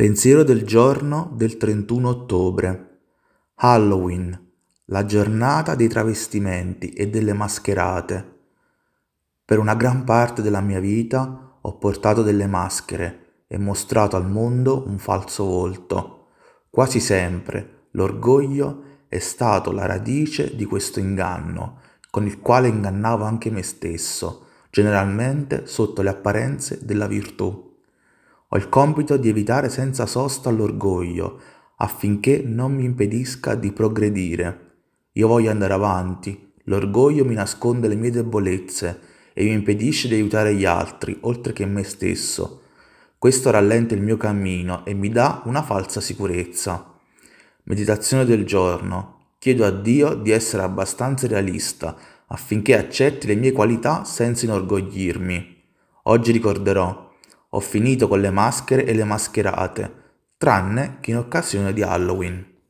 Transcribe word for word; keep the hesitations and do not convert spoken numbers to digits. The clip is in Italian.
Pensiero del giorno del trentuno ottobre. Halloween, la giornata dei travestimenti e delle mascherate. Per una gran parte della mia vita ho portato delle maschere e mostrato al mondo un falso volto. Quasi sempre l'orgoglio è stato la radice di questo inganno, con il quale ingannavo anche me stesso, generalmente sotto le apparenze della virtù. Ho il compito di evitare senza sosta l'orgoglio, affinché non mi impedisca di progredire. Io voglio andare avanti, l'orgoglio mi nasconde le mie debolezze e mi impedisce di aiutare gli altri, oltre che me stesso. Questo rallenta il mio cammino e mi dà una falsa sicurezza. Meditazione del giorno. Chiedo a Dio di essere abbastanza realista affinché accetti le mie qualità senza inorgoglirmi. Oggi ricorderò: ho finito con le maschere e le mascherate, tranne che in occasione di Halloween.